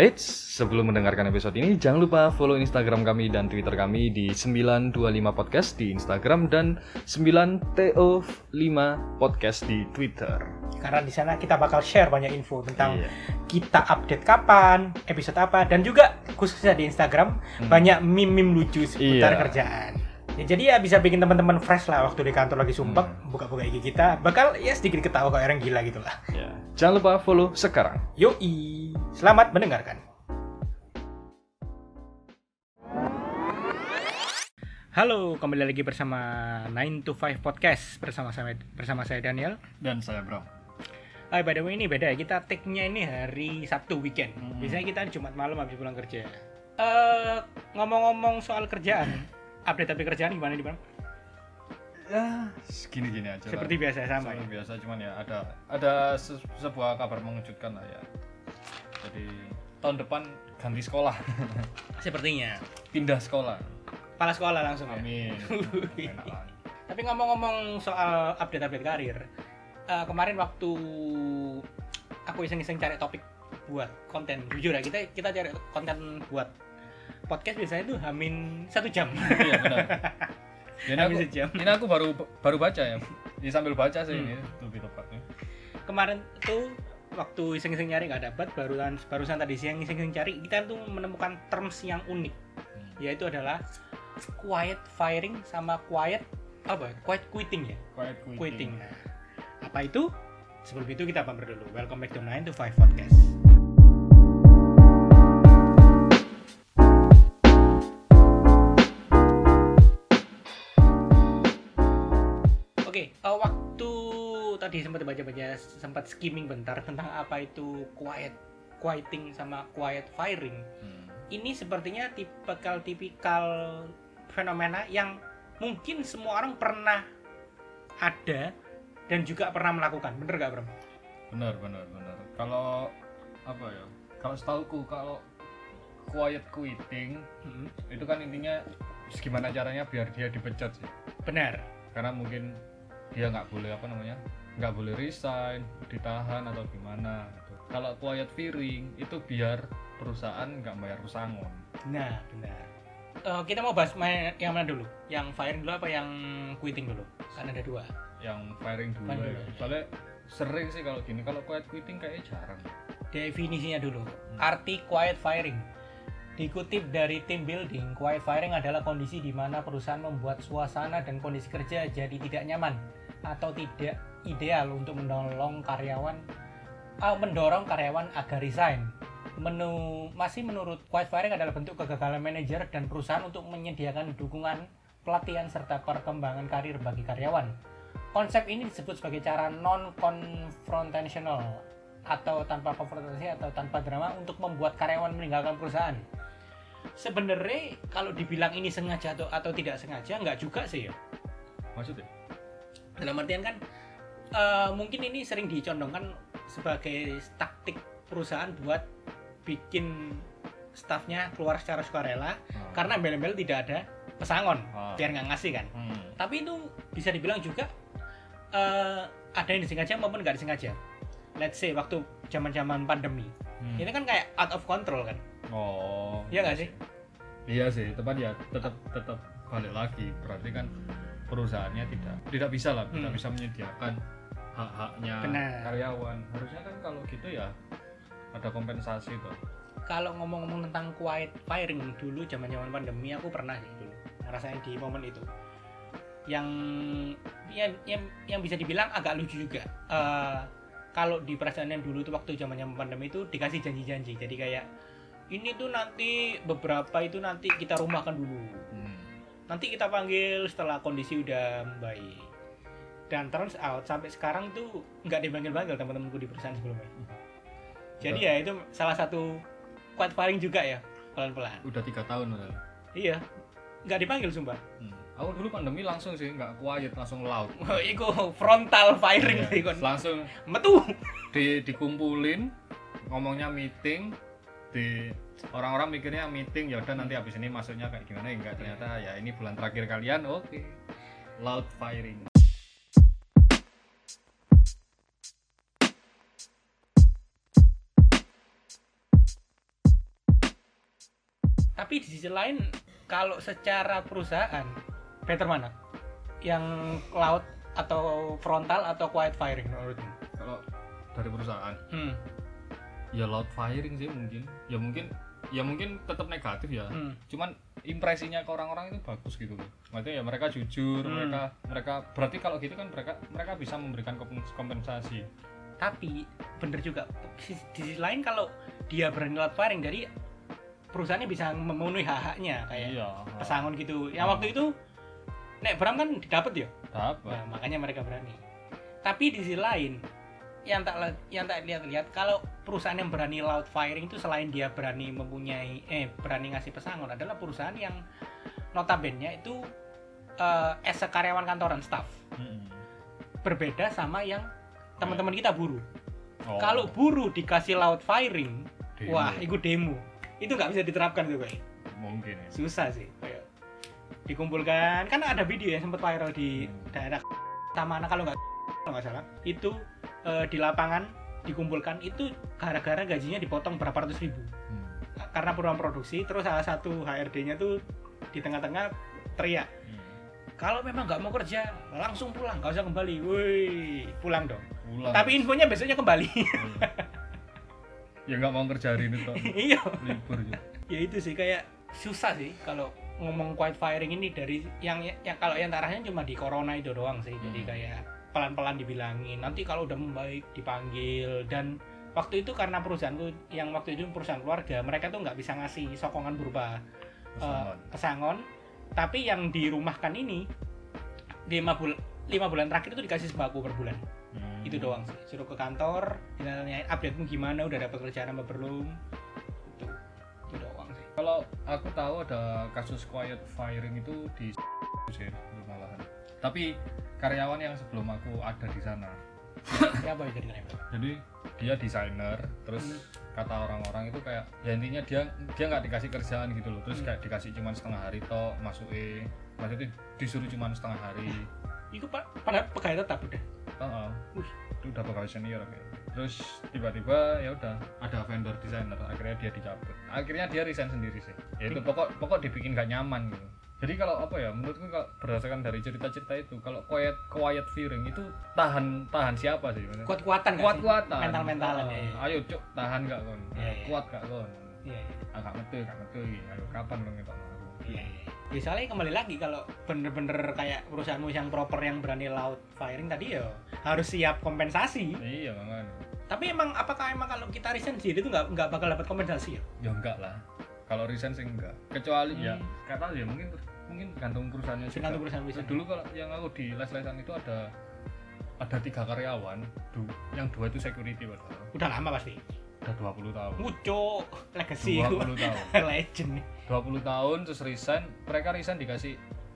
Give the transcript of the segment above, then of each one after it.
Eits, sebelum mendengarkan episode ini, jangan lupa follow Instagram kami dan Twitter kami di 925 Podcast di Instagram dan 9TO5 Podcast di Twitter. Karena di sana kita bakal share banyak info tentang kita update kapan, episode apa, dan juga khususnya di Instagram banyak meme-meme lucu seputar kerjaan. Ya, jadi ya bisa bikin teman-teman fresh lah waktu di kantor lagi sumpek, buka-buka IG kita, bakal ya sedikit ketawa kayak orang gila gitu lah. Ya. Jangan lupa follow sekarang. Yoi, selamat mendengarkan. Halo, kembali lagi bersama 9 to 5 Podcast bersama saya Daniel Dan saya Bro. By the way ini beda ya, kita take-nya ini hari Sabtu weekend. Biasanya kita Jumat malam habis pulang kerja. Ngomong-ngomong soal kerjaan, update kerjaan gimana di Bang? Ya, gini aja. Seperti biasa sama. Seperti biasa, cuman ya ada sebuah kabar mengejutkan lah ya. Jadi tahun depan ganti sekolah. Sepertinya. Pindah sekolah. Kepala sekolah langsung. Amin. Ya. Tapi ngomong-ngomong soal update karir, kemarin waktu aku iseng-iseng cari topik buat konten, jujur ya kita cari konten buat podcast biasanya tuh hamin 1 jam. Iya benar. Ini aku baru baca ya. Ini sambil baca sih ini lebih tepatnya. Kemarin tuh waktu iseng-iseng nyari nggak dapat, barusan tadi siang iseng-iseng cari, kita tuh menemukan terms yang unik, yaitu adalah quiet firing sama quiet quitting ya. Quiet quitting. Nah, apa itu? Sebelum itu kita pamit dulu. Welcome back to 9 to 5 Podcast. Oke, waktu tadi sempat baca-baca, sempat skimming bentar tentang apa itu quieting sama quiet firing. Ini sepertinya tipikal fenomena yang mungkin semua orang pernah ada dan juga pernah melakukan. Bener gak, Bro? Bener. Kalau apa ya? Kalau setauku kalau quiet quitting itu kan intinya gimana caranya biar dia dipecat sih. Benar. Karena mungkin dia nggak boleh resign, ditahan atau gimana gitu. Kalau quiet firing itu biar perusahaan nggak bayar pesangon. Nah, benar. Kita mau bahas yang mana dulu? Yang firing dulu apa yang quitting dulu? Kan ada dua. Yang firing dulu ya. Soalnya sering sih kalau gini, kalau quiet quitting kayaknya jarang. Definisinya dulu. Arti quiet firing. Dikutip dari Team Building, quiet firing adalah kondisi di mana perusahaan membuat suasana dan kondisi kerja jadi tidak nyaman atau tidak ideal untuk mendorong karyawan agar resign. Masih menurut quiet firing adalah bentuk kegagalan manajer dan perusahaan untuk menyediakan dukungan, pelatihan serta perkembangan karir bagi karyawan. Konsep ini disebut sebagai cara non-confrontational atau tanpa konfrontasi atau tanpa drama untuk membuat karyawan meninggalkan perusahaan. Sebenarnya kalau dibilang ini sengaja atau tidak sengaja, nggak juga sih ya. Maksudnya? Dalam artian kan mungkin ini sering dicondongkan sebagai taktik perusahaan buat bikin staffnya keluar secara sukarela karena embel-embel tidak ada pesangon biar nggak ngasih kan. Tapi itu bisa dibilang juga ada yang disengaja maupun nggak disengaja. Let's say waktu zaman pandemi ini kan kayak out of control kan. Iya nggak sih? Iya sih, tetap balik lagi. Berarti kan perusahaannya tidak bisa menyediakan hak-haknya karyawan. Harusnya kan kalau gitu ya ada kompensasi tuh. Kalau ngomong-ngomong tentang quiet firing dulu zaman pandemi, aku pernah sih dulu ngerasain di momen itu. Yang bisa dibilang agak lucu juga. Kalau di perasaan yang dulu tuh waktu zaman pandemi itu dikasih janji-janji. Jadi kayak ini tuh nanti beberapa itu nanti kita rumahkan dulu. Nanti kita panggil setelah kondisi udah membaik. Dan turns out sampai sekarang tuh nggak dipanggil teman-temanku di perusahaan sebelumnya. Jadi ya itu salah satu quiet firing juga ya, pelan-pelan. Udah 3 tahun udah. Iya, nggak dipanggil sumpah. Aku dulu pandemi langsung sih, nggak quiet, langsung loud. Iku frontal firing sih kon. Langsung metu. Dikumpulin, ngomongnya meeting. Orang-orang mikirnya meeting, ya udah nanti habis ini masuknya kayak gimana, enggak, ternyata ya ini bulan terakhir kalian. Oke. Loud firing. Tapi di sisi lain kalau secara perusahaan better mana? Yang cloud atau frontal atau quiet firing menurutmu? Kalau dari perusahaan ya loud firing sih mungkin. Ya mungkin tetap negatif ya. Cuman impresinya ke orang-orang itu bagus gitu loh. Maksudnya ya mereka jujur, mereka berarti kalau gitu kan mereka bisa memberikan kompensasi. Tapi bener juga di sisi lain kalau dia berani loud firing dari perusahaannya bisa memenuhi hak-haknya kayak pesangon gitu. Yang waktu itu Nek Bram kan didapat ya? Dapat. Nah, makanya mereka berani. Tapi di sisi lain yang tak lihat kalau perusahaan yang berani loud firing itu selain dia berani berani ngasih pesangon adalah perusahaan yang notabene itu as a karyawan kantoran staff. Berbeda sama yang teman-teman kita buruh. Kalau buruh dikasih loud firing, wah, itu demo. Itu nggak bisa diterapkan tuh kayak. Mungkin ya. Susah sih. Kayak dikumpulkan, kan ada video yang sempat viral di daerah Tamana kalau nggak salah. Itu di lapangan dikumpulkan itu gara-gara gajinya dipotong berapa ratus ribu. Karena program produksi, terus salah satu HRD-nya tuh di tengah-tengah teriak. Kalau memang nggak mau kerja, langsung pulang, nggak usah kembali. Woi, pulang dong. Tapi infonya besoknya kembali. Ya nggak mau kerja hari ini toh. Iya. Libur juga. Ya itu sih kayak susah sih kalau ngomong quiet firing ini dari yang kalau yang tarahnya cuma di corona itu doang sih. Jadi kayak pelan-pelan dibilangin. Nanti kalau udah membaik dipanggil. Dan waktu itu karena perusahaanku yang waktu itu perusahaan keluarga, mereka tuh nggak bisa ngasih sokongan berupa pesangon. Tapi yang dirumahkan ini di 5 bulan terakhir itu dikasih sembako per bulan. Itu doang sih. Suruh ke kantor, dinanyain update-mu gimana, udah dapat kerjaan apa belum. Itu doang sih. Kalau aku tahu ada kasus quiet firing itu di sih malahan. Tapi karyawan yang sebelum aku ada di sana. Siapa yang jadi karyawan? Jadi dia desainer, terus kata orang-orang itu kayak ya intinya dia nggak dikasih kerjaan gitu loh, terus kayak dikasih cuma setengah hari toh maksudnya disuruh cuma setengah hari. Itu pada pegawai tetap udah. Itu udah pegawai senior kayak. Terus tiba-tiba ya udah ada vendor desainer, akhirnya dia dicabut. Akhirnya dia resign sendiri sih. Ya itu pokok dibikin gak nyaman gitu. Jadi kalau apa ya, menurutku kalau berdasarkan dari cerita-cerita itu, kalau quiet firing itu tahan siapa sih? Kuat-kuatan. Mental-mentalan ya. Ayo cuk, tahan gak kon? Kuat gak kon? Iya. Agak metu. Ayo kapan dong itu? Iya. Ya soalnya kembali lagi kalau bener-bener kayak perusahaanmu yang proper yang berani loud firing tadi ya harus siap kompensasi. Iya makanya. Tapi apakah kalau kita resign sendiri itu nggak bakal dapat kompensasi ya? Ya enggak lah. Kalau resign sih enggak. Kecuali ya kata ya mungkin gantung perusahaannya juga. Gantung perusahaan bisa. Dulu kalau yang aku di les-lesan itu ada 3 karyawan, yang 2 itu security padahal. Udah lama pasti. Udah 20 tahun. Cuk, legacy 20 tahun. Legend nih. 20 tahun terus resign, mereka resign dikasih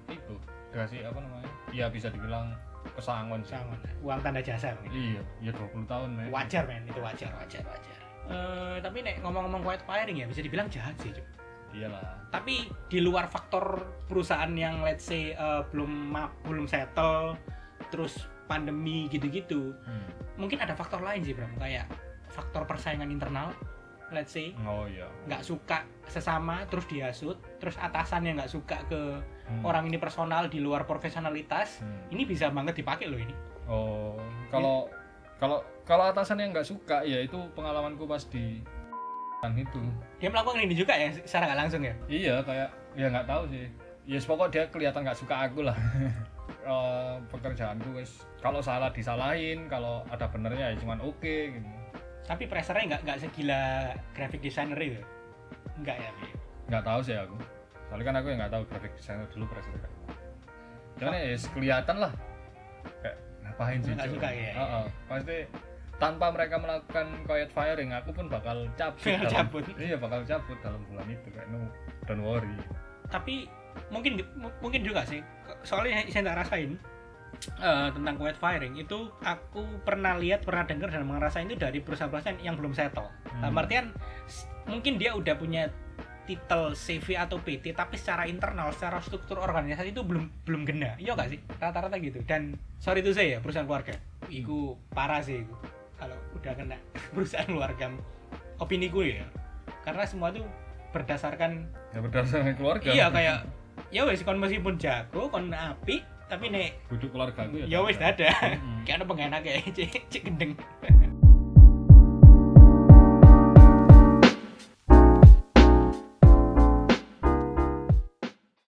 apa namanya? Ya bisa dibilang pesangon. Uang tanda jasa mungkin. Iya, ya 20 tahun men. Wajar men, itu wajar. Tapi nek ngomong-ngomong quiet firing ya bisa dibilang jahat sih, Cuk. Iyalah. Tapi di luar faktor perusahaan yang let's say belum settle, terus pandemi gitu-gitu, mungkin ada faktor lain sih, Bro. Kayak faktor persaingan internal, let's say. Oh iya. Nggak suka sesama, terus dihasut, terus atasannya nggak suka ke orang ini personal di luar profesionalitas. Ini bisa banget dipakai loh ini. Oh, kalau atasannya nggak suka, ya itu pengalamanku pas di itu. Dia melakukan ini juga ya secara nggak langsung ya? Iya, kayak ya nggak tahu sih. Ya pokok dia kelihatan nggak suka aku lah. Pekerjaanku wes kalau salah disalahin, kalau ada benernya ya cuman oke gitu. Tapi pressure-nya nggak segila graphic designer itu? Nggak ya? Nggak tahu sih aku. Soalnya kan aku yang nggak tahu graphic designer dulu pressure kan. Cuman ya kelihatan lah. Kayak ngapain sih? Nggak suka ya? Pasti tanpa mereka melakukan quiet firing, aku pun bakal cabut. Iya, bakal cabut dalam bulan itu kayak no, don't worry. Tapi mungkin juga sih. Soalnya saya nggak rasain tentang quiet firing itu aku pernah dengar dan ngerasain itu dari perusahaan-perusahaan yang belum settle. Artian mungkin dia udah punya titel CV atau PT tapi secara internal, secara struktur organisasi itu belum kena. Iya nggak sih? Rata-rata gitu. Dan sorry itu saya ya perusahaan keluarga. Iku parah sih iku. Kalau udah kena perusahaan keluarga, opini gue ya. Karena semua tuh berdasarkan keluarga. Iya, kayak ya wis kon meskipun jago kon apik tapi nek duduk keluarga itu ya wis ada. Kayak ono pengenak kayak cek gendeng.